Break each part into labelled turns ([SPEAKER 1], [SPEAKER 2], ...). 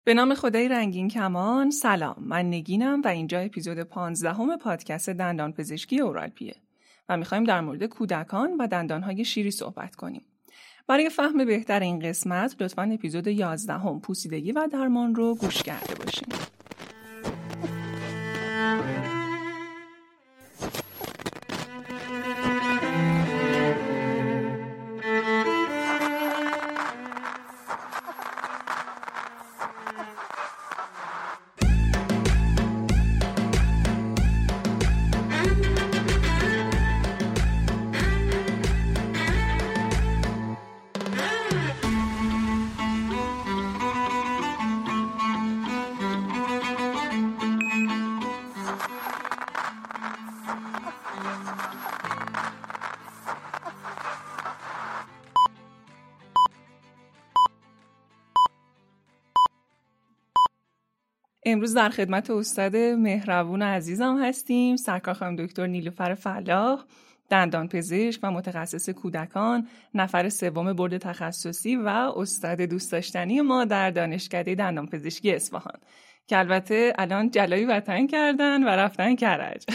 [SPEAKER 1] به نام خدای رنگین کمان. سلام، من نگینم و اینجا اپیزود 15 پادکست دندان پزشکی اورالپیه و میخوایم در مورد کودکان و دندانهای شیری صحبت کنیم. برای فهم بهتر این قسمت لطفاً اپیزود 11 پوسیدگی و درمان رو گوش کرده باشین. امروز در خدمت استاد مهربون عزیزم هستیم، سرکار خانم دکتر نیلوفر فلاح، دندان پزشک و متخصص کودکان، نفر سوم بورد تخصصی و استاد دوست داشتنی ما در دانشکده دندان پزشکی اصفهان که البته الان جلایی وطن کردن و رفتن کرج.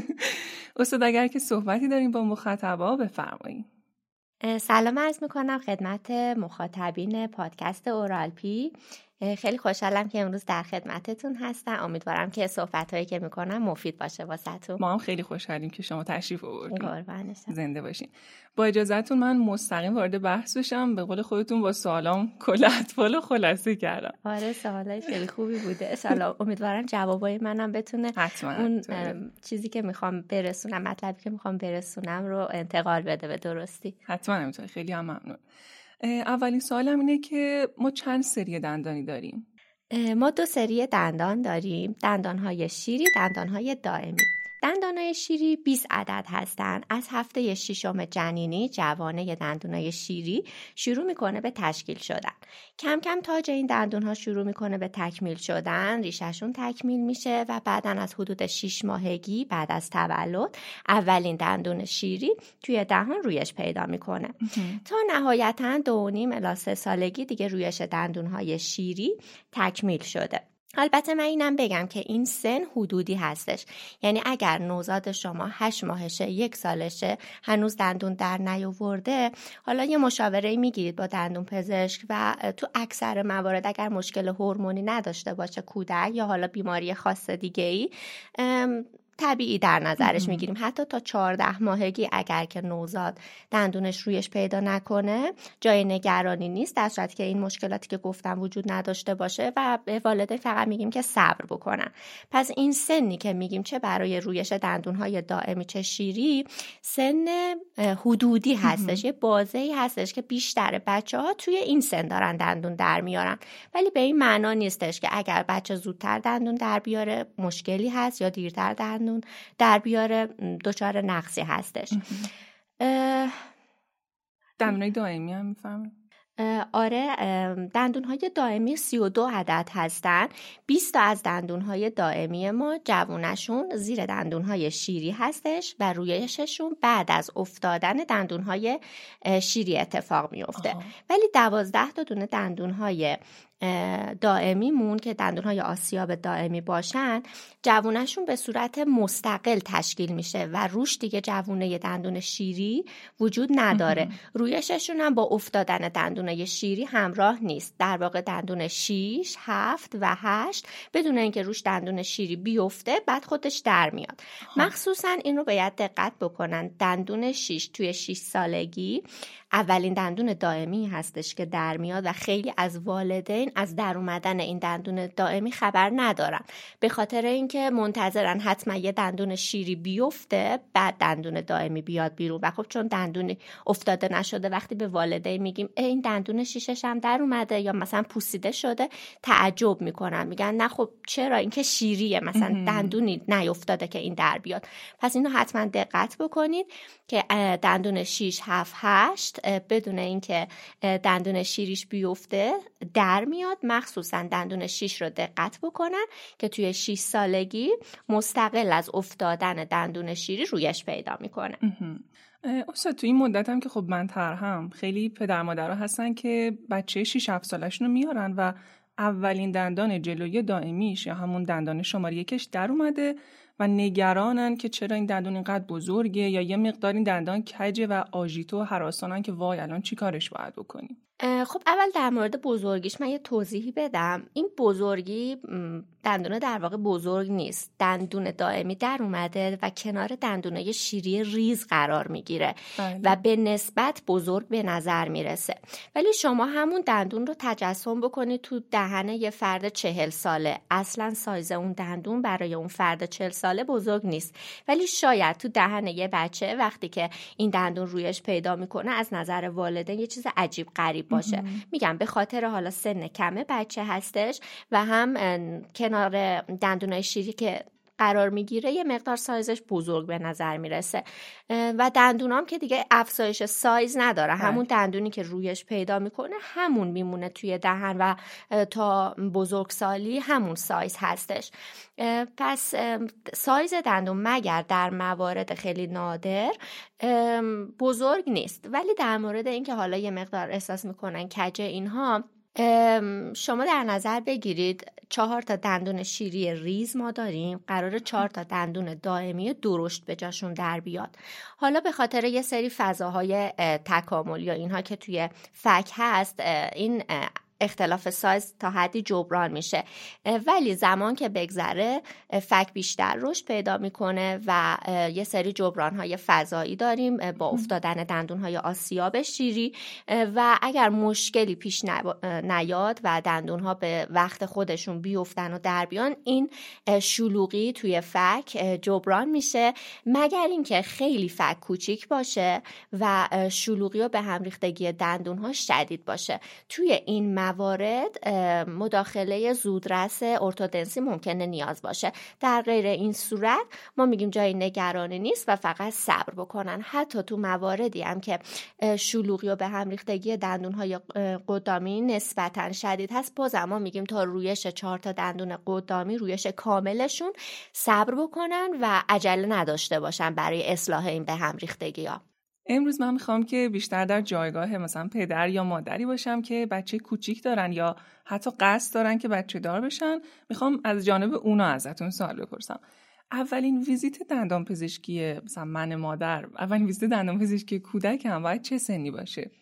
[SPEAKER 1] استاد اگر که صحبتی داریم با مخاطبا بفرمایید.
[SPEAKER 2] سلام عرض میکنم خدمت مخاطبین پادکست اورالپی. خیلی خوشحالم که امروز در خدمتتون هستم. امیدوارم که صحبت‌هایی که میکنم مفید باشه واسهتون.
[SPEAKER 1] ما هم خیلی خوشحالیم که شما تشریف آوردین. زنده باشین. با اجازهتون من مستقیم وارد بحث بشم. به قول خودتون با سوالام کل اطفال و خلاصه کردم.
[SPEAKER 2] آره سوالای خیلی خوبی بوده. ان شاءالله امیدوارم جوابای منم بتونه اون چیزی که میخوام برسونم، مطلبی که میخوام برسونم رو انتقال بده به درستی.
[SPEAKER 1] حتما میتونه. خیلی هم ممنون. اولین سوالم اینه که ما چند سری دندانی داریم؟
[SPEAKER 2] ما 2 سری دندان داریم، دندانهای شیری، دندانهای دائمی. دندانهای شیری 20 عدد هستن. از هفته 6 جنینی جوانه دندانهای شیری شروع میکنه به تشکیل شدن. کم کم تاج این دندونها شروع میکنه به تکمیل شدن، ریششون تکمیل میشه و بعدن از حدود 6 ماهگی بعد از تولد اولین دندون شیری توی دهان رویش پیدا میکنه. تا نهایتاً 2.5 الی 3 سالگی دیگه رویش دندونهای شیری تکمیل شده. البته من اینم بگم که این سن حدودی هستش، یعنی اگر نوزاد شما 8 ماهشه 1 سالشه هنوز دندون در نیاورده، حالا یه مشاوره میگیرید با دندون پزشک و تو اکثر موارد اگر مشکل هورمونی نداشته باشه کودک یا حالا بیماری خاص دیگه‌ای طبیعی در نظرش میگیریم. حتی تا 14 ماهگی اگر که نوزاد دندونش رویش پیدا نکنه جای نگرانی نیست، در صورتی که این مشکلاتی که گفتم وجود نداشته باشه و به والدین فقط میگیم که صبر بکنن. پس این سنی که میگیم چه برای رویش دندونهای دائمی چه شیری سن حدودی هستش، یه بازه‌ای هستش که بیشتر بچه‌ها توی این سن دارن دندون در میارن، ولی به این معنا نیستش که اگر بچه زودتر دندون در بیاره مشکلی هست یا دیرتر دندون در بیاره دچار نقصی هستش.
[SPEAKER 1] دندونهای دائمی هم میفهمم؟
[SPEAKER 2] آره، دندونهای دائمی 32 عدد هستن. 20 تا از دندونهای دائمی ما جوونشون زیر دندونهای شیری هستش و رویششون بعد از افتادن دندونهای شیری اتفاق میفته. ولی 12 تا دونه دندونهای دائمیمون که دندونهای آسیاب دائمی باشن جوونشون به صورت مستقل تشکیل میشه و روش دیگه جوونه دندون شیری وجود نداره. رویششون هم با افتادن دندونای شیری همراه نیست. در واقع دندون 6، 7 و 8 بدون اینکه روش دندون شیری بیفته بعد خودش در میاد. مخصوصا این رو باید دقت بکنن، دندون 6 توی 6 سالگی اولین دندون دائمی هستش که در میاد و خیلی از والدین از در اومدن این دندون دائمی خبر ندارن، به خاطر اینکه منتظرن حتما یه دندون شیری بیفته بعد دندون دائمی بیاد بیرون و خب چون دندونی افتاده نشده وقتی به والدین میگیم این دندون شیشش هم در اومده یا مثلا پوسیده شده تعجب میکنن، میگن نه خب چرا، این که شیریه، مثلا دندونی نیفتاده که این در بیاد. پس اینو حتما دقت بکنید که دندون 6، 7، 8 بدون اینکه دندون شیریش بیفته در میاد. مخصوصا دندون 6 رو دقت بکنن که توی 6 سالگی مستقل از افتادن دندون شیری رویش پیدا میکنه.
[SPEAKER 1] استاد تو این مدت هم که خب من طرحم خیلی پدر مادرها هستن که بچه 6-7 سالشون رو میارن و اولین دندان جلویی دائمیش یا همون دندان شماره 1 در اومده و نگرانن که چرا این دندون اینقدر بزرگه یا یه مقدار این دندان کجه و آژیتو و هراسانن که وای الان چی کارش باید بکنیم.
[SPEAKER 2] خب اول در مورد بزرگیش من یه توضیحی بدم. این بزرگی دندون در واقع بزرگ نیست، دندون دائمی در اومده و کنار دندونای شیری ریز قرار میگیره و به نسبت بزرگ به نظر میرسه. ولی شما همون دندون رو تجسم بکنید تو دهن یه فرد 40 ساله. اصلا سایز اون دندون برای اون فرد 40 ساله بزرگ نیست، ولی شاید تو دهن یه بچه وقتی که این دندون رویش پیدا میکنه از نظر والدین یه چیز عجیب غریب باشه. میگم به خاطر حالا سن کم بچه هستش و هم کنار دندونای شیری که قرار میگیره یه مقدار سایزش بزرگ به نظر میرسه و دندونام که دیگه افزایش سایز نداره، همون دندونی که رویش پیدا میکنه همون میمونه توی دهن و تا بزرگسالی همون سایز هستش. پس سایز دندون مگر در موارد خیلی نادر بزرگ نیست، ولی در مورد اینکه حالا یه مقدار احساس میکنن کجه اینها، شما در نظر بگیرید 4 تا دندون شیری ریز ما داریم، قراره 4 تا دندون دائمی درشت به جاشون در بیاد. حالا به خاطر یه سری فضاهای تکامل یا اینها که توی فک هست این اختلاف سایز تا حدی جبران میشه، ولی زمان که بگذره فک بیشتر رشد پیدا میکنه و یه سری جبران‌های فضایی داریم با افتادن دندون‌های آسیاب شیری و اگر مشکلی پیش نیاد و دندون‌ها به وقت خودشون بیفتن و در بیان، این شلوغی توی فک جبران میشه، مگر اینکه خیلی فک کوچیک باشه و شلوغی و به هم ریختگی دندون‌ها شدید باشه. توی این موارد مداخله زودرس ارتودنسی ممکنه نیاز باشه. در غیر این صورت ما میگیم جای نگرانی نیست و فقط صبر بکنن. حتی تو مواردی هم که شلوغی و به هم ریختگی دندون‌های قدامی نسبتاً شدید هست، بازم ما میگیم تا رویش 4 تا دندون قدامی، رویش کاملشون، صبر بکنن و عجله نداشته باشن برای اصلاح این به هم ریختگی‌ها.
[SPEAKER 1] امروز من میخوام که بیشتر در جایگاه مثلا پدر یا مادری باشم که بچه کوچیک دارن یا حتی قصد دارن که بچه دار بشن. میخوام از جانب اونا ازتون سوال بپرسم. اولین ویزیت دندان پزشکی مثلا من مادر، اولین ویزیت دندان پزشکی کودکم باید چه سنی باشه؟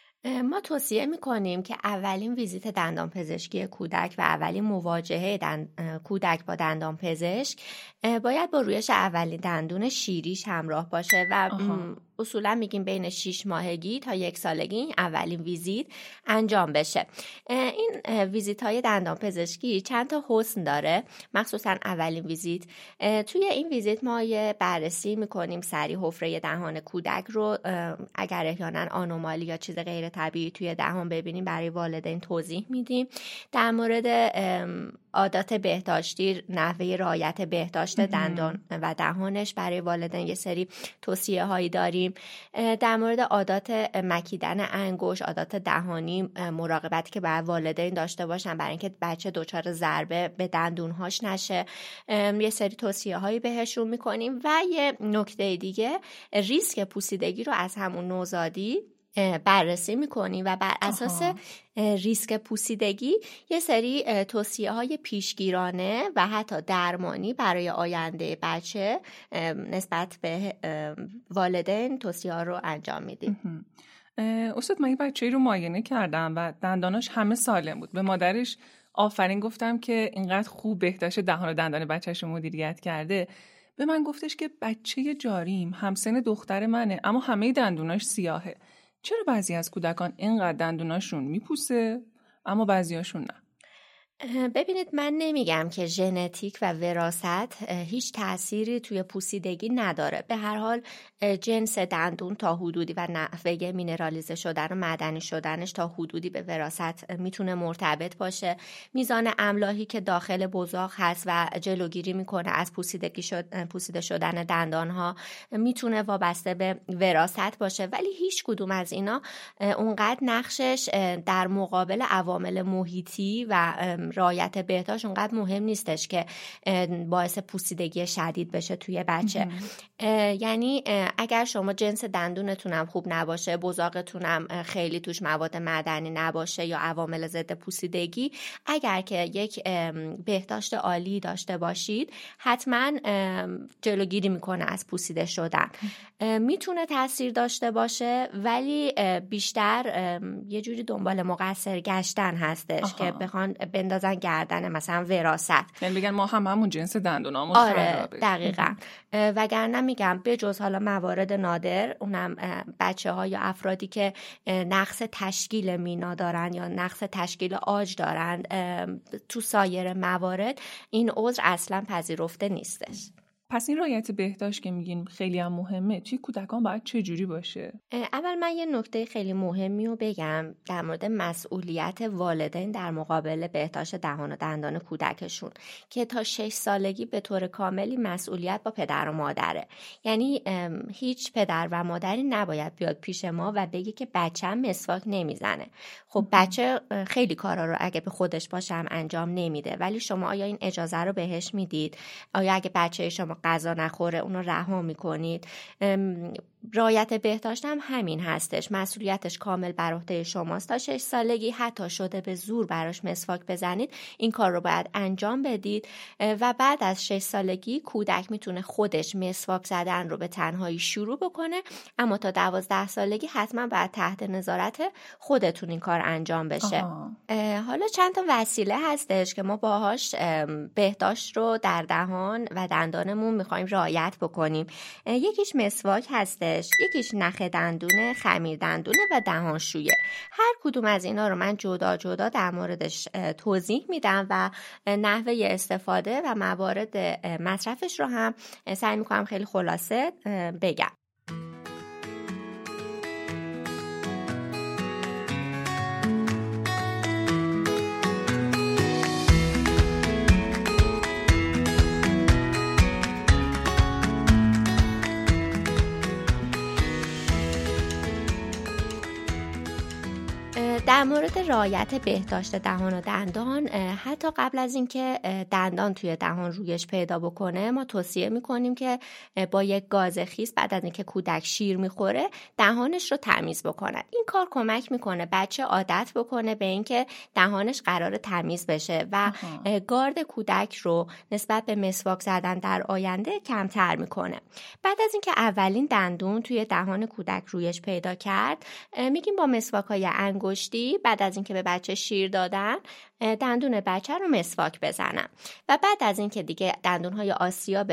[SPEAKER 2] ما توصیه میکنیم که اولین ویزیت دندان پزشکی کودک و اولین مواجهه کودک با دندان پزشک باید با رویش اولین دندون شیریش همراه باشه و اصولا میگیم بین 6 ماهگی تا 1 سالگی اولین ویزیت انجام بشه. این ویزیت های دندان پزشکی چند تا حسن داره، مخصوصا اولین ویزیت. توی این ویزیت ما یه بررسی میکنیم سری حفره دهان کودک رو، اگر احیانا آنومالی یا چیز غیر طبیعی توی دهان ببینیم برای والدین توضیح میدیم. در مورد عادات بهداشتی، نحوه رعایت بهداشت دندان و دهانش برای والدین یه سری توصیه هایی داریم. در مورد عادات مکیدن انگشت، عادات دهانی، مراقبتی که باید والدین داشته باشن برای اینکه بچه دچار ضربه به دندونهاش نشه، یه سری توصیه هایی بهشون میکنیم. و یه نکته دیگه، ریسک پوسیدگی رو از همون نوزادی بررسی میکنیم و بر اساس ریسک پوسیدگی یه سری توصیه های پیشگیرانه و حتی درمانی برای آینده بچه نسبت به والدین توصیه ها رو انجام میدیم.
[SPEAKER 1] استاد، من این بچه‌ای رو معاینه کردم و دنداناش همه سالم بود. به مادرش آفرین گفتم که اینقدر خوب بهداشت دهان و دندان بچه‌ش رو مدیریت کرده. به من گفتش که بچه جاریم همسن دختر منه اما همه دندوناش سیاهه. چرا بعضی از کودکان اینقدر دندوناشون میپوسه اما بعضیاشون نه؟
[SPEAKER 2] ببینید، من نمیگم که ژنتیک و وراثت هیچ تأثیری توی پوسیدگی نداره. به هر حال جنس دندون تا حدودی و نحوه مینرالیزه شدن و معدنی شدنش تا حدودی به وراثت میتونه مرتبط باشه. میزان املاحی که داخل بزاق هست و جلوگیری میکنه از پوسیده شدن دندانها میتونه وابسته به وراثت باشه، ولی هیچ کدوم از اینا اونقدر نقشش در مقابل عوامل محیطی و رعایت بهداشت اونقدر مهم نیستش که باعث پوسیدگی شدید بشه توی بچه. یعنی اگر شما جنس دندونتونم خوب نباشه، بزاقتونم خیلی توش مواد معدنی نباشه یا عوامل ضد پوسیدگی، اگر که یک بهداشت عالی داشته باشید حتما جلوگیری میکنه از پوسیده شدن. میتونه تاثیر داشته باشه ولی بیشتر یه جوری دنبال مقصر گشتن هستش که بخوان بندازن گردن مثلا وراثت،
[SPEAKER 1] یعنی بگن ما همون جنس دندونامون
[SPEAKER 2] خرابه. دقیقاً. وگرنه میگم به جز حالا موارد نادر، اونم بچه‌ها یا افرادی که نقص تشکیل مینا دارن یا نقص تشکیل عاج دارن، تو سایر موارد این عذر اصلا پذیرفته نیستش.
[SPEAKER 1] پس این رعایت بهداشت که میگین خیلی هم مهمه، توی کودکان باید چه جوری باشه؟
[SPEAKER 2] اول من یه نکته خیلی مهمی رو بگم در مورد مسئولیت والدین در مقابل بهداشت دهان و دندان کودکشون، که تا 6 سالگی به طور کاملی مسئولیت با پدر و مادره. یعنی هیچ پدر و مادری نباید بیاد پیش ما و بگه که بچه‌م مسواک نمیزنه. خب بچه خیلی کارا رو اگه به خودش باشه هم انجام نمیده، ولی شما آیا این اجازه رو بهش میدید؟ آیا اگه بچه شما غذا نخوره اونو رها میکنید؟ رعایت بهداشت هم همین هستش، مسئولیتش کامل بر عهده شماست. تا 6 سالگی حتی شده به زور براش مسواک بزنید، این کار رو باید انجام بدید و بعد از 6 سالگی کودک میتونه خودش مسواک زدن رو به تنهایی شروع بکنه، اما تا 12 سالگی حتما باید تحت نظارت خودتون این کار انجام بشه. حالا چند تا وسیله هستش که ما باهاش بهداشت رو در دهان و دندانمون میخوایم رعایت بکنیم. یکیش مسواک هسته، یکیش نخ دندونه، خمیر دندونه و دهانشویه. هر کدوم از اینا رو من جدا جدا در موردش توضیح میدم و نحوه استفاده و موارد مصرفش رو هم سعی میکنم خیلی خلاصه بگم. در مورد رعایت بهداشت دهان و دندان، حتی قبل از اینکه دندان توی دهان رویش پیدا بکنه، ما توصیه میکنیم که با یک گاز خیس بعد از اینکه کودک شیر میخوره دهانش رو تمیز بکنه. این کار کمک میکنه بچه عادت بکنه به اینکه دهانش قراره تمیز بشه و گارد کودک رو نسبت به مسواک زدن در آینده کمتر میکنه. بعد از اینکه اولین دندون توی دهان کودک رویش پیدا کرد، میگیم با مسواک‌های انگشتی بعد از اینکه به بچه شیر دادن دندون بچه رو مسواک بزنن و بعد از اینکه دیگه دندون‌های آسیاب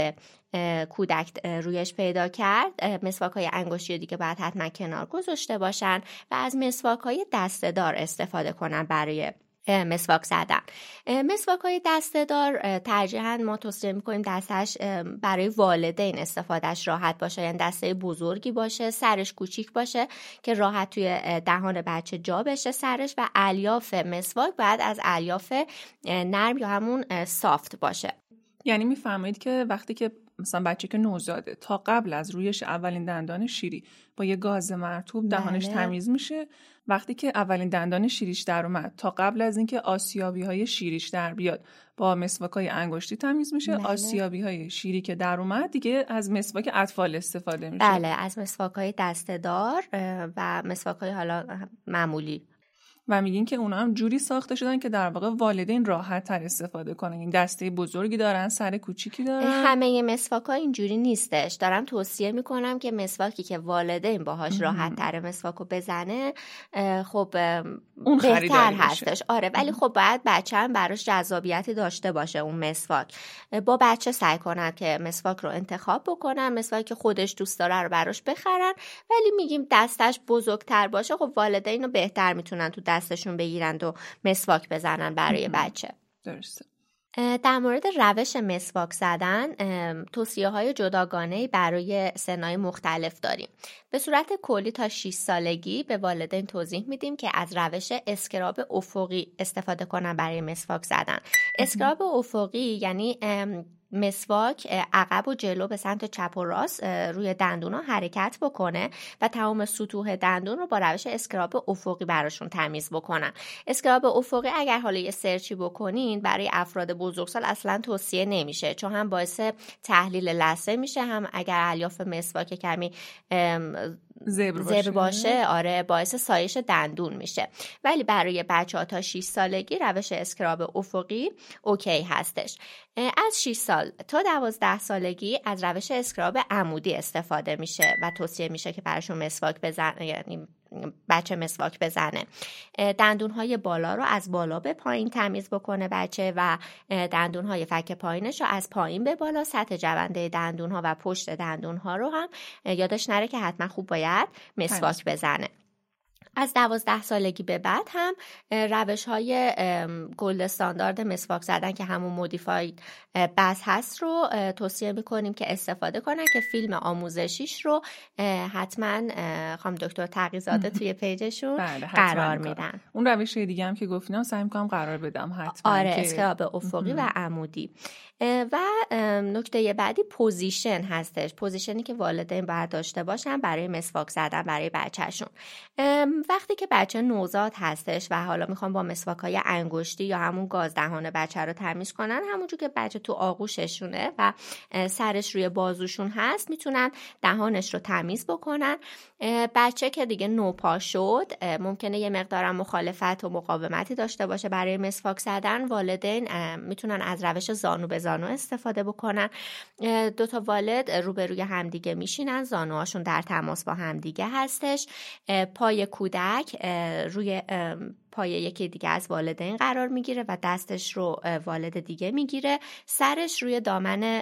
[SPEAKER 2] کودک رویش پیدا کرد، مسواک‌های انگشتی دیگه باید حتما کنار گذاشته باشن و از مسواک‌های دسته‌دار استفاده کنن برای مسواک زدن. مسواک‌های دسته‌دار ترجیحاً ما توصیه می‌کنیم دستش برای والدین استفادهش راحت باشه، یعنی دسته بزرگی باشه، سرش کوچیک باشه که راحت توی دهان بچه جا بشه سرش، و الیاف مسواک باید از الیاف نرم یا همون سافت باشه.
[SPEAKER 1] یعنی می‌فرمایید که وقتی که مثلا بچه که نوزاده تا قبل از رویش اولین دندان شیری با یه گاز مرطوب دهانش تمیز میشه، وقتی که اولین دندان شیریش در اومد تا قبل از اینکه آسیابی‌های شیریش در بیاد با مسواک‌های انگشتی تمیز میشه. آسیابی‌های شیری که در اومد دیگه از مسواک اطفال استفاده میشه.
[SPEAKER 2] بله، از مسواک‌های دسته‌دار و مسواک‌های حالا معمولی.
[SPEAKER 1] و میگین که اونا هم جوری ساخته شدن که در واقع والدین راحت تر استفاده کنن. این دسته بزرگی دارن، سر کوچیکی دارن.
[SPEAKER 2] همه مسواک‌ها اینجوری نیستش. دارم توصیه میکنم که مسواکی که والدین باهاش راحت تر مسواکو بزنه خب
[SPEAKER 1] اون
[SPEAKER 2] بهتر هستش. آره، ولی خب باید بچه هم براش جذابیتی داشته باشه اون مسواک. با بچه سعی کنن که مسواک رو انتخاب بکنن، مسواکی که خودش دوست داره رو براش بخرن، ولی میگیم دستش بزرگتر باشه، خب والدین رو بهتر میتونن تو دستشون بگیرند و مسواک بزنن برای بچه.
[SPEAKER 1] درسته.
[SPEAKER 2] در مورد روش مسواک زدن توصیه‌های جداگانه‌ای برای سن‌های مختلف داریم. به صورت کلی تا 6 سالگی به والدین توضیح میدیم که از روش اسکراب افقی استفاده کنن برای مسواک زدن. اسکراب افقی یعنی مسواک عقب و جلو به سمت چپ و راست روی دندونا حرکت بکنه و تمام سطوح دندون رو با روش اسکراب افقی براشون تمیز بکنن. اسکراب افقی اگر حالا یه سرچی بکنین برای افراد بزرگسال اصلا توصیه نمیشه، چون هم باعث تحلیل لثه میشه، هم اگر الیاف مسواک کمی زبر باشه آره باعث سایش دندون میشه. ولی برای بچه‌ها تا 6 سالگی روش اسکراب افقی اوکی هستش. از 6 سال تا 12 سالگی از روش اسکراب عمودی استفاده میشه و توصیه میشه که براشون مسواک بزنه، یعنی بچه مسواک بزنه. دندونهای بالا رو از بالا به پایین تمیز بکنه بچه و دندونهای فک پایینش رو از پایین به بالا، سطح جونده دندونها و پشت دندونها رو هم یادش نره که حتما خوب باید مسواک بزنه. از 12 سالگی به بعد هم روش‌های گلد استاندارد مسواک زدن که همون مودیفاید بس هست رو توصیه می‌کنیم که استفاده کنن، که فیلم آموزشیش رو حتما خانم دکتر تقی‌زاده توی پیجشون قرار میدن.
[SPEAKER 1] اون روش دیگه هم که گفتم سعی می‌کنم قرار بدم حتما.
[SPEAKER 2] آره اسکراب افقی و عمودی. و نکته بعدی پوزیشن هستش، پوزیشنی که والدین باید داشته باشن برای مسواک زدن برای بچه‌شون. وقتی که بچه نوزاد هستش و حالا میخوان با مسواک‌های انگشتی یا همون گاز دهان بچه رو تمیز کنن، همونجور که بچه تو آغوششونه و سرش روی بازوشون هست میتونن دهانش رو تمیز بکنن. بچه که دیگه نوپا شد ممکنه یه مقدار مخالفت و مقاومتی داشته باشه برای مسواک زدن. والدین میتونن از روش زانو به زانو استفاده بکنن. 2 تا والد روبروی همدیگه میشینن، زانوهاشون در تماس با همدیگه هستش. پای کودک روی پای یکی دیگه از والدین قرار میگیره و دستش رو والد دیگه میگیره، سرش روی دامن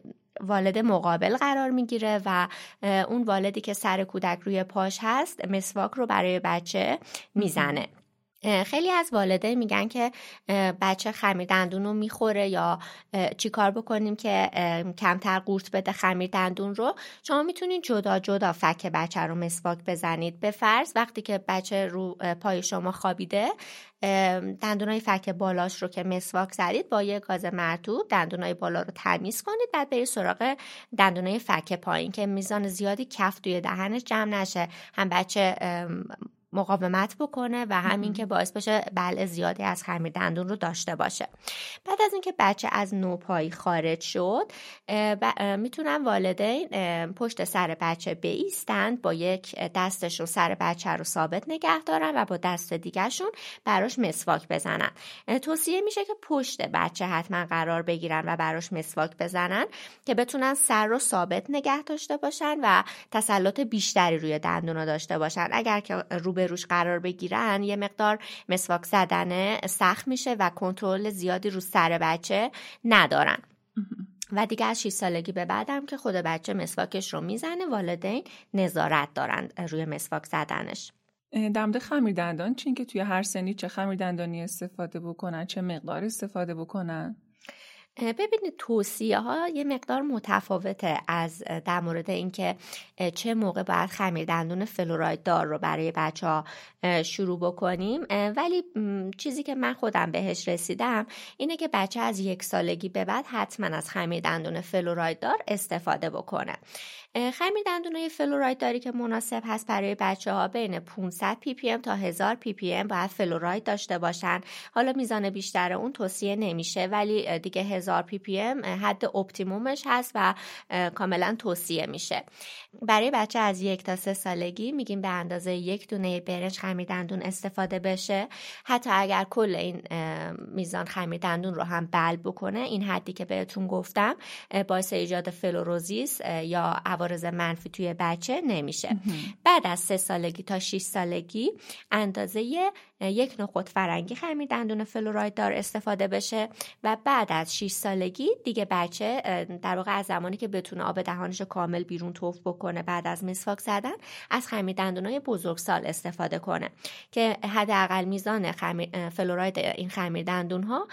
[SPEAKER 2] والد مقابل قرار میگیره و اون والدی که سر کودک روی پاش هست مسواک رو برای بچه میزنه. خیلی از والدین میگن که بچه خمیر دندون رو میخوره یا چی کار بکنیم که کمتر قورت بده خمیر دندون رو. شما میتونید جدا جدا فک بچه رو مسواک بزنید. به فرض وقتی که بچه رو پای شما خوابیده، دندونای فک بالاش رو که مسواک زدید با یه گاز مرطوب دندونای بالا رو تمیز کنید، بعد برید سراغ دندونای فک پایین که میزان زیادی کف توی دهنش جمع نشه، هم بچه مقاومت بکنه و همین که باعث بشه بلع زیادی از خمیر دندون رو داشته باشه. بعد از اینکه بچه از نوپایی خارج شد میتونن والدین پشت سر بچه بایستند، با یک دستشون سر بچه رو ثابت نگه دارن و با دست دیگهشون براش مسواک بزنن. توصیه میشه که پشت بچه حتما قرار بگیرن و براش مسواک بزنن که بتونن سر رو ثابت نگه داشته باشن و تسلط بیشتری روی دندون داشته باشن. اگر که روبروش قرار بگیرن یه مقدار مسواک زدن سخت میشه و کنترل زیادی رو سر بچه ندارن. و دیگه از 6 سالگی به بعدم که خود بچه مسواکش رو میزنه، والدین نظارت دارن روی مسواک زدنش.
[SPEAKER 1] در مورد خمیر دندان چین که توی هر سنی چه خمیر دندانی استفاده بکنن، چه مقدار استفاده بکنن؟
[SPEAKER 2] ببینید توصیه ها یه مقدار متفاوته از در مورد اینکه چه موقع باید خمیر دندون فلوراید دار رو برای بچه ها شروع بکنیم، ولی چیزی که من خودم بهش رسیدم اینه که بچه از 1 سالگی به بعد حتما از خمیر دندون فلوراید دار استفاده بکنه. خمیر دندونای فلوراید داری که مناسب هست برای بچه ها بین 500 پی پی ام تا 1000 پی پی ام باید فلوراید داشته باشن. حالا میزان بیشتر اون توصیه نمیشه، ولی دیگه 1000 پی پی ام حد اپتیمومش هست و کاملا توصیه میشه. برای بچه از 1 تا 3 سالگی میگیم به اندازه 1 دونه برنج خمیر دندون استفاده بشه. حتی اگر کل این میزان خمیر دندون رو هم بلع بکنه، این حدی که بهتون گفتم باعث ایجاد فلوروزیس یا عوارض منفی توی بچه نمیشه. بعد از 3 سالگی تا 6 سالگی اندازه 1 نخود فرنگی خمیر دندون فلوراید دار استفاده بشه و بعد از 6 سالگی دیگه بچه در واقع از زمانی که بتونه آب دهانش کامل بیرون توف بکنه بعد از مسواک زدن، از خمیر دندونای بزرگسال استفاده کنه که حداقل میزان فلوراید این خمیر دندون ها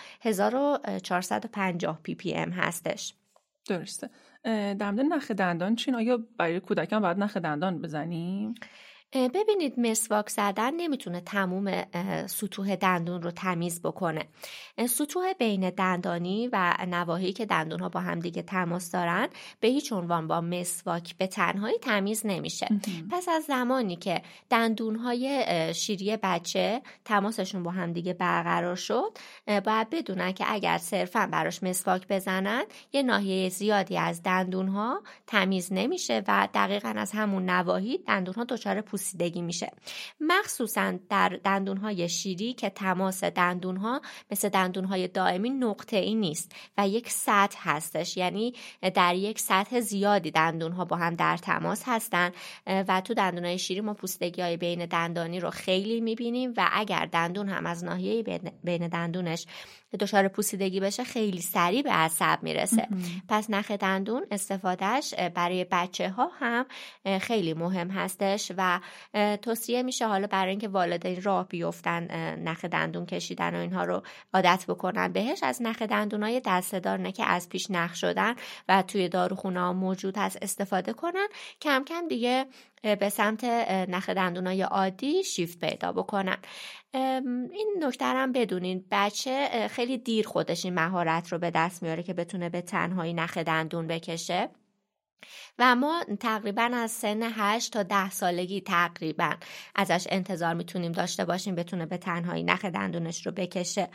[SPEAKER 2] 1450 پی پی ام هستش.
[SPEAKER 1] درسته. در مورد نخ دندان چین، آیا برای کودکان باید نخ دندان بزنیم؟
[SPEAKER 2] ببینید مسواک زدن نمیتونه تموم سطوح دندون رو تمیز بکنه. سطوح بین دندانی و نواحی که دندون ها با هم دیگه تماس دارن به هیچ عنوان با مسواک به تنهایی تمیز نمیشه. پس از زمانی که دندون های شیری بچه تماسشون با هم دیگه برقرار شد، باید بدونن که اگر صرفا براش مسواک بزنن یه ناحیه زیادی از دندون ها تمیز نمیشه و دقیقاً از همون نواحی دندون ها دچار پوسیدگی میشه. مخصوصا در دندون های شیری که تماس دندون ها مثل دندون های دائمی نقطه‌ای نیست و یک سطح هستش، یعنی در یک سطح زیادی دندون ها با هم در تماس هستن و تو دندون های شیری ما پوسیدگی های بین دندانی رو خیلی میبینیم و اگر دندون هم از ناحیه بین دندونش دچار پوسیدگی بشه خیلی سریع به عصب میرسه. پس نخ دندون استفادهش برای بچه ها هم خیلی مهم هستش و توصیه میشه حالا برای اینکه والدین راه بیفتن نخ دندون کشیدن و اینها رو عادت بکنن بهش، از نخ دندونای دسته‌دار نه که از پیش نخ شدن و توی داروخونه ها موجود هست استفاده کنن، کم کم دیگه به سمت نخ دندونای عادی شیفت پیدا بکنن. این نکته هم بدونین بچه خیلی دیر خودش این مهارت رو به دست میاره که بتونه به تنهایی نخ دندون بکشه و ما تقریبا از سن 8 تا 10 سالگی تقریبا ازش انتظار میتونیم داشته باشیم بتونه به تنهایی نخ دندونش رو بکشه.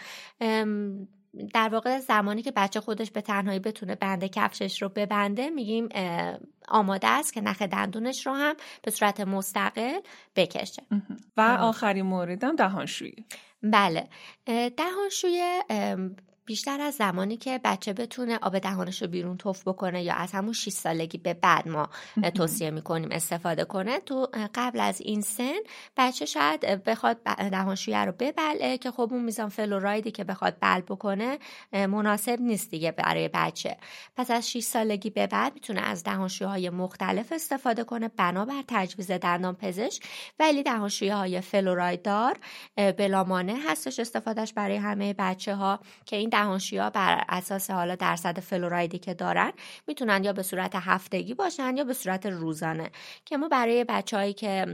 [SPEAKER 2] در واقع زمانی که بچه خودش به تنهایی بتونه بند کفشش رو ببنده میگیم آماده است که نخ دندونش رو هم به صورت مستقل بکشه.
[SPEAKER 1] و آخرین موردم دهانشویی.
[SPEAKER 2] بله، دهانشویی بیشتر از زمانی که بچه بتونه آب دهانش رو بیرون تف بکنه یا از همون 6 سالگی به بعد ما توصیه میکنیم استفاده کنه. تو قبل از این سن بچه شاید بخواد دهانشویی رو ببلعه که خب اون میزان فلورایدی که بخواد بلع بکنه مناسب نیست دیگه برای بچه. پس از 6 سالگی به بعد میتونه از دهانشویی‌های مختلف استفاده کنه بنابر تجویز دندانپزشک، ولی دهانشویی‌های فلوراید دار بلا مانع هستش استفادهش برای همه بچه‌ها که این دهانشویی‌ها بر اساس حالا درصد فلورایدی که دارن میتونن یا به صورت هفتگی باشن یا به صورت روزانه، که ما برای بچه‌هایی که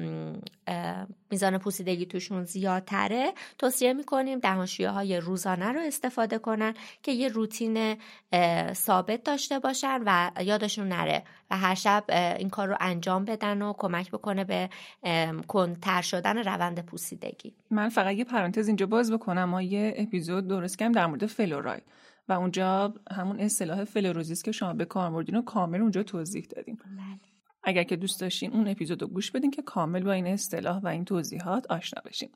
[SPEAKER 2] میزان پوسیدگی توشون زیادتره توصیه میکنیم دهانشویی‌های روزانه رو استفاده کنن که یه روتین ثابت داشته باشن و یادشون نره و هر شب این کار رو انجام بدن و کمک بکنه به کندتر شدن روند پوسیدگی.
[SPEAKER 1] من فقط یه پرانتز اینجا باز بکنم، ما یه اپیزود درست کردیم در مورد فلوراید و اونجا همون اصطلاح فلوروزیس که شما به کار بردین رو کامل اونجا توضیح دادیم. اگر که دوست داشتین اون اپیزود رو گوش بدین که کامل با این اصطلاح و این توضیحات آشنا بشین.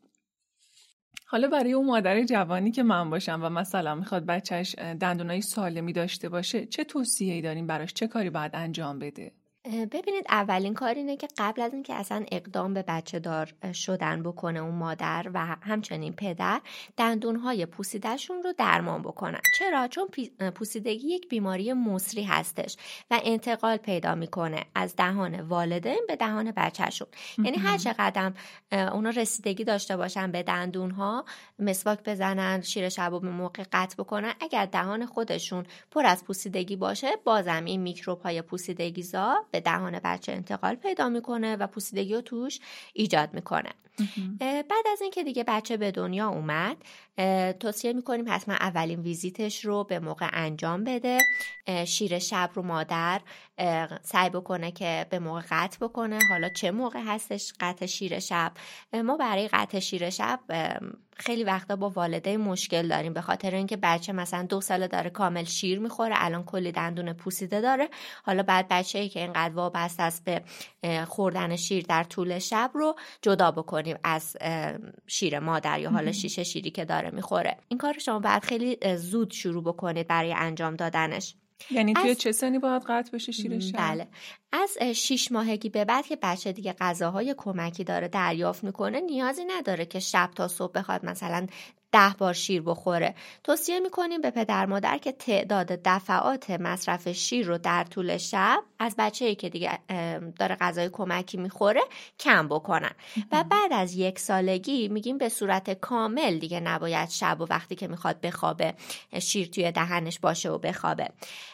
[SPEAKER 1] حالا برای اون مادر جوانی که من باشم و مثلا میخواد بچهش دندونای سالمی داشته باشه، چه توصیه‌ای دارین براش؟ چه کاری باید انجام بده؟
[SPEAKER 2] ببینید اولین کار اینه که قبل از این که اصلا اقدام به بچه دار شدن بکنه اون مادر و همچنین پدر دندونهای پوسیدهشون رو درمان بکنن. چرا؟ چون پوسیدگی یک بیماری مصری هستش و انتقال پیدا میکنه از دهان والدین به دهان بچهشون. یعنی هر چقدر اونا رسیدگی داشته باشن به دندونها، مسواک بزنن، شیر شب و به موقع قطع بکنن، اگر دهان خودشون پر از پوسیدگی باشه بازم این میکروب‌های پوسیدگی‌زا به دهان بچه انتقال پیدا میکنه و پوسیدگی رو توش ایجاد میکنه. بعد از اینکه دیگه بچه به دنیا اومد توصیه میکنیم حتما اولین ویزیتش رو به موقع انجام بده. شیر شب رو مادر سعی بکنه که به موقع قطع بکنه. حالا چه موقع هستش قطع شیر شب؟ ما برای قطع شیر شب خیلی وقتا با والدین مشکل داریم به خاطر اینکه بچه مثلا 2 ساله داره کامل شیر میخوره، الان کلی دندون پوسیده داره، حالا بعد بچه‌ای که اینقدر وابسته است به خوردن شیر در طول شب رو جدا بکنیم از شیر مادر یا حالا شیشه شیری که داره میخوره. این کار شما باید خیلی زود شروع بکنید برای انجام دادنش.
[SPEAKER 1] یعنی توی چه سنی باید قطع بشه شیر شب؟
[SPEAKER 2] بله، از 6 ماهگی به بعد که بچه دیگه غذاهای کمکی داره دریافت میکنه نیازی نداره که شب تا صبح بخواد مثلا 10 بار شیر بخوره. توصیه میکنیم به پدر مادر که تعداد دفعات مصرف شیر رو در طول شب از بچه‌ای که دیگه داره غذای کمکی میخوره کم بکنن و بعد از 1 سالگی میگیم به صورت کامل دیگه نباید شب و وقتی که میخواد بخوابه شیر توی دهنش باشه و بخوابه.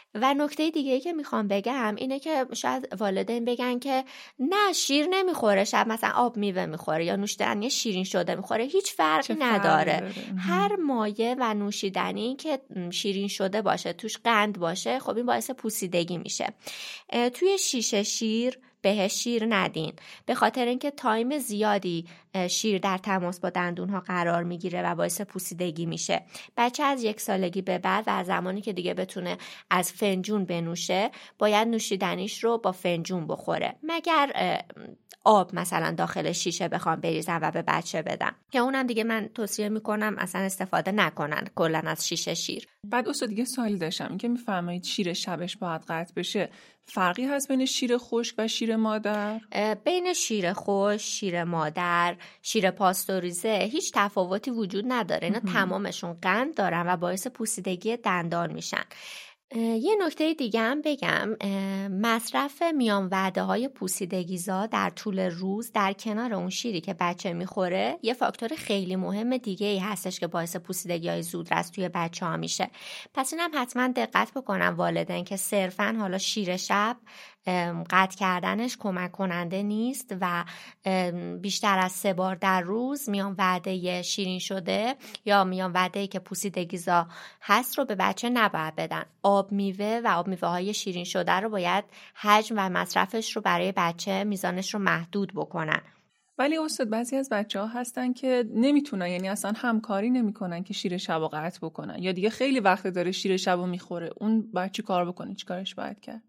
[SPEAKER 2] و نکته دیگه‌ای که میخوام بگم اینه که شاید والدین بگن که نه شیر نمیخوره، شاید مثلا آب میوه میخوره یا نوشیدنی شیرین شده میخوره، هیچ فرقی نداره. هر مایه و نوشیدنی که شیرین شده باشه، توش قند باشه، خب این باعث پوسیدگی میشه. توی شیشه شیر بهش شیر ندین، به خاطر اینکه تایم زیادی شیر در تماس با دندونها قرار میگیره و باعث پوسیدگی میشه. بچه از 1 سالگی به بعد و از زمانی که دیگه بتونه از فنجون بنوشه باید نوشیدنیش رو با فنجون بخوره، مگر آب مثلا داخل شیشه بخوام بریزن و به بچه بدم، که اونم دیگه من توصیه میکنم اصلا استفاده نکنن کلا از شیشه شیر.
[SPEAKER 1] بعد استاد دیگه سوالی داشتم، این که میفرمایید شیر شبش باید قطع بشه، فرقی هست بین شیر خشک و شیر مادر؟
[SPEAKER 2] بین شیر خشک، شیر مادر، شیر پاستوریزه هیچ تفاوتی وجود نداره. اینا تمامشون قند دارن و باعث پوسیدگی دندان میشن. یه نکته دیگه هم بگم، مصرف میان وعده های پوسیدگیزا در طول روز در کنار اون شیری که بچه میخوره یه فاکتور خیلی مهم دیگه ای هستش که باعث پوسیدگی های زودرس توی بچه ها میشه. پس اینم حتما دقت بکنن والدین که صرفا حالا شیر شب قطع کردنش کمک کننده نیست و بیشتر از 3 بار در روز میان وعده شیرین شده یا میان وعده‌ای که پوسیدگیزا هست رو به بچه نباید بدن. آب میوه و آب میوه های شیرین شده رو باید حجم و مصرفش رو برای بچه میزانش رو محدود بکنن.
[SPEAKER 1] ولی استاد بعضی از بچه‌ها هستن که نمیتونن، یعنی اصلا همکاری نمیکنن که شیر شبو قطع بکنن، یا دیگه خیلی وقت داره شیر شبو میخوره، اون باید چی کار بکنه، چی کارش باید کرد؟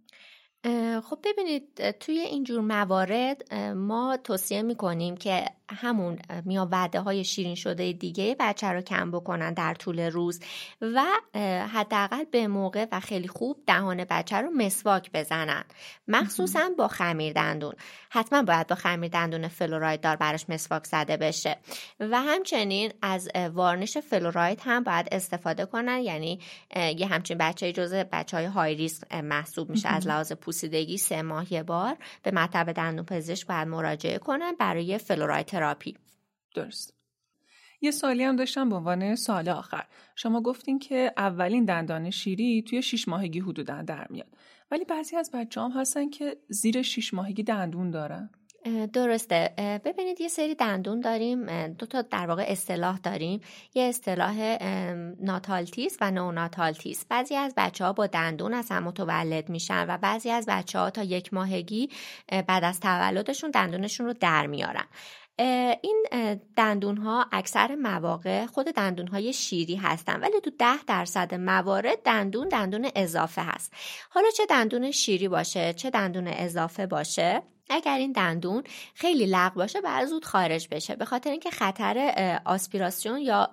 [SPEAKER 2] خب ببینید توی اینجور موارد ما توصیه میکنیم که همون میان وعده های شیرین شده دیگه بچه رو کم بکنن در طول روز و حداقل به موقع و خیلی خوب دهان بچه رو مسواک بزنن، مخصوصا با خمیر دندون. حتما باید با خمیر دندون فلوراید دار براش مسواک زده بشه و همچنین از وارنش فلوراید هم باید استفاده کنن، یعنی یه همچین بچه جزء بچهای های ریسک محسوب میشه از لحاظ پوسیدگی. 3 ماه یه بار به مطب دندون پزشک باید مراجعه کنن برای فلوراید تراپی.
[SPEAKER 1] درست. یه سوالی هم داشتم به عنوان سوال آخر. شما گفتین که اولین دندان شیری توی 6 ماهگی حدوداً در میاد، ولی بعضی از بچه‌ها هم هستن که زیر 6 ماهگی دندون دارن.
[SPEAKER 2] درسته. ببینید یه سری دندون داریم، 2 تا در واقع اصطلاح داریم، یه اصطلاح ناتالتیس و نوناتالتیس. بعضی از بچه‌ها با دندون اصلا متولد میشن و بعضی از بچه‌ها تا 1 ماهگی بعد از تولدشون دندونشون رو در میارن. این دندون ها اکثر مواقع خود دندون های شیری هستن، ولی تو 10% موارد دندون اضافه هست. حالا چه دندون شیری باشه چه دندون اضافه باشه، اگر این دندون خیلی لق باشه باید زود خارج بشه، به خاطر اینکه خطر آسپیراسیون یا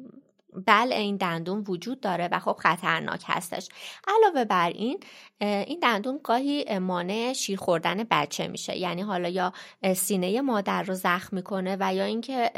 [SPEAKER 2] بلع این دندون وجود داره و خب خطرناک هستش. علاوه بر این دندون گاهی مانع شیر خوردن بچه میشه، یعنی حالا یا سینه مادر رو زخم میکنه و یا اینکه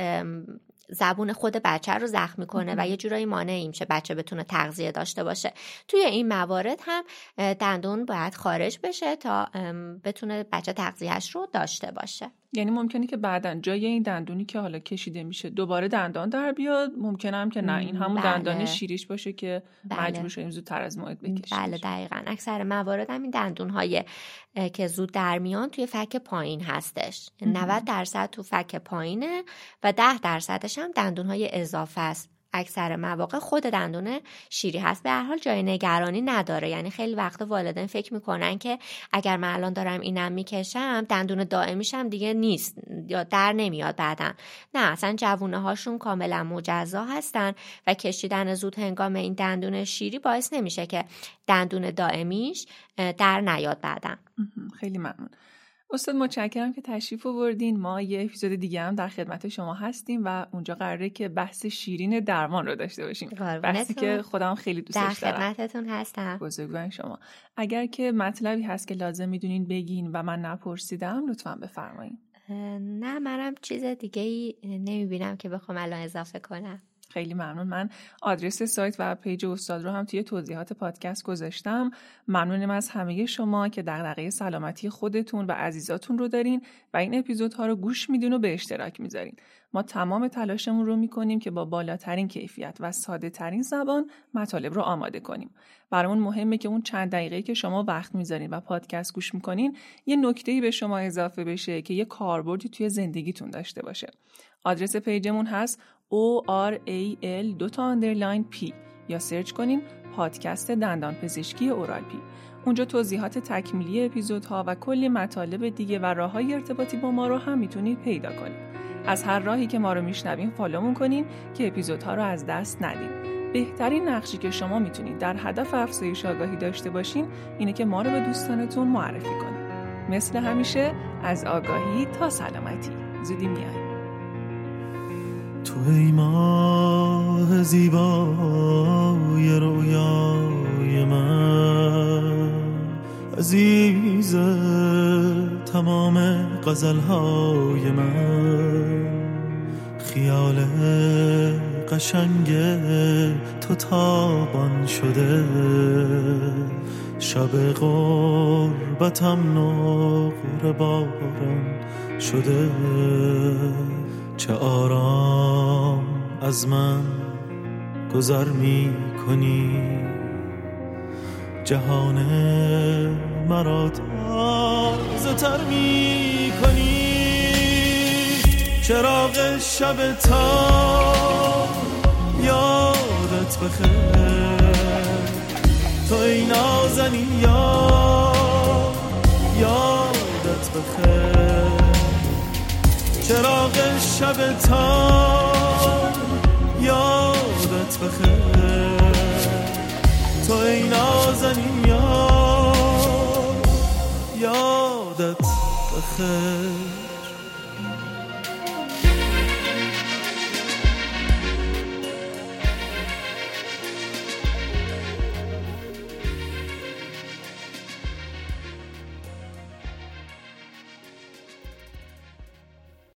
[SPEAKER 2] زبون خود بچه رو زخم میکنه و یه جورایی مانع میشه بچه بتونه تغذیه داشته باشه. توی این موارد هم دندون باید خارج بشه تا بتونه بچه تغذیهش رو داشته باشه.
[SPEAKER 1] یعنی ممکنه که بعداً جای این دندونی که حالا کشیده میشه دوباره دندان در بیاد، ممکنه هم که نه این همون دندان شیریش باشه که مجبور شدیم زودتر از موعد بکشیم.
[SPEAKER 2] بله دقیقاً. اکثر موارد هم این دندون‌های که زود در میان توی فک پایین هستش. 90% تو فک پایینه و 10%ش هم دندون‌های اضافه است. اکثر مواقع خود دندون شیری هست. به هر حال جای نگرانی نداره، یعنی خیلی وقت والدین فکر میکنن که اگر من الان دارم اینم میکشم دندون دائمیشم دیگه نیست یا در نمیاد بعدن. نه، اصلا جوونه هاشون کاملا مجزا هستن و کشیدن زود هنگام این دندون شیری باعث نمیشه که دندون دائمیش در نیاد بعدن.
[SPEAKER 1] خیلی ممنون استاد، متشکرم که تشریف آوردین. ما یه اپیزود دیگه هم در خدمت شما هستیم و اونجا قراره که بحث شیرین درمان رو داشته باشیم، بحثی که خودم خیلی دوستش دارم.
[SPEAKER 2] در خدمتتون هستم.
[SPEAKER 1] بزرگوار شما. اگر که مطلبی هست که لازم میدونین بگین و من نپرسیدم لطفاً بفرمایین.
[SPEAKER 2] نه، منم چیز دیگه‌ای نمیبینم که بخوام الان اضافه کنم.
[SPEAKER 1] خیلی ممنون. من آدرس سایت و پیج استاد رو هم توی توضیحات پادکست گذاشتم. ممنونم از همه شما که دغدغه سلامتی خودتون و عزیزاتون رو دارین و این اپیزودها رو گوش میدین و به اشتراک میذارین. ما تمام تلاشمون رو میکنیم که با بالاترین کیفیت و ساده ترین زبان مطالب رو آماده کنیم. برامون مهمه که اون چند دقیقه‌ای که شما وقت میذارین و پادکست گوش میکنین یه نکته‌ای به شما اضافه بشه که یه کاربردی توی زندگیتون داشته باشه. آدرس پیجمون هست ORAL_P یا سرچ کنین پادکست دندان پزشکی اورال پی. اونجا توضیحات تکمیلی اپیزودها و کلی مطالب دیگه و راههای ارتباطی با ما رو هم میتونید پیدا کنید. از هر راهی که ما رو میشنوین فالومون کنین که اپیزودها رو از دست ندین. بهترین نقشی که شما میتونید در هدف افزایش آگاهی داشته باشین اینه که ما رو به دوستانتون معرفی کنین. مثل همیشه از آگاهی تا سلامتی. زودی میاییم.
[SPEAKER 3] تو ای ماه زیبای رویای من، عزیز تمام غزلهای من، خیال قشنگ تو تابان شده، شب غربتم نقره باران شده، چه آرام از من گذر می کنی، جهان مرا تازه تر می کنی، چراغ شب تا یادت بخیر، تو ای نازنین یادت بخیر، چراغ شب تا یادت بخیر، تو ای نازنین یادت بخیر.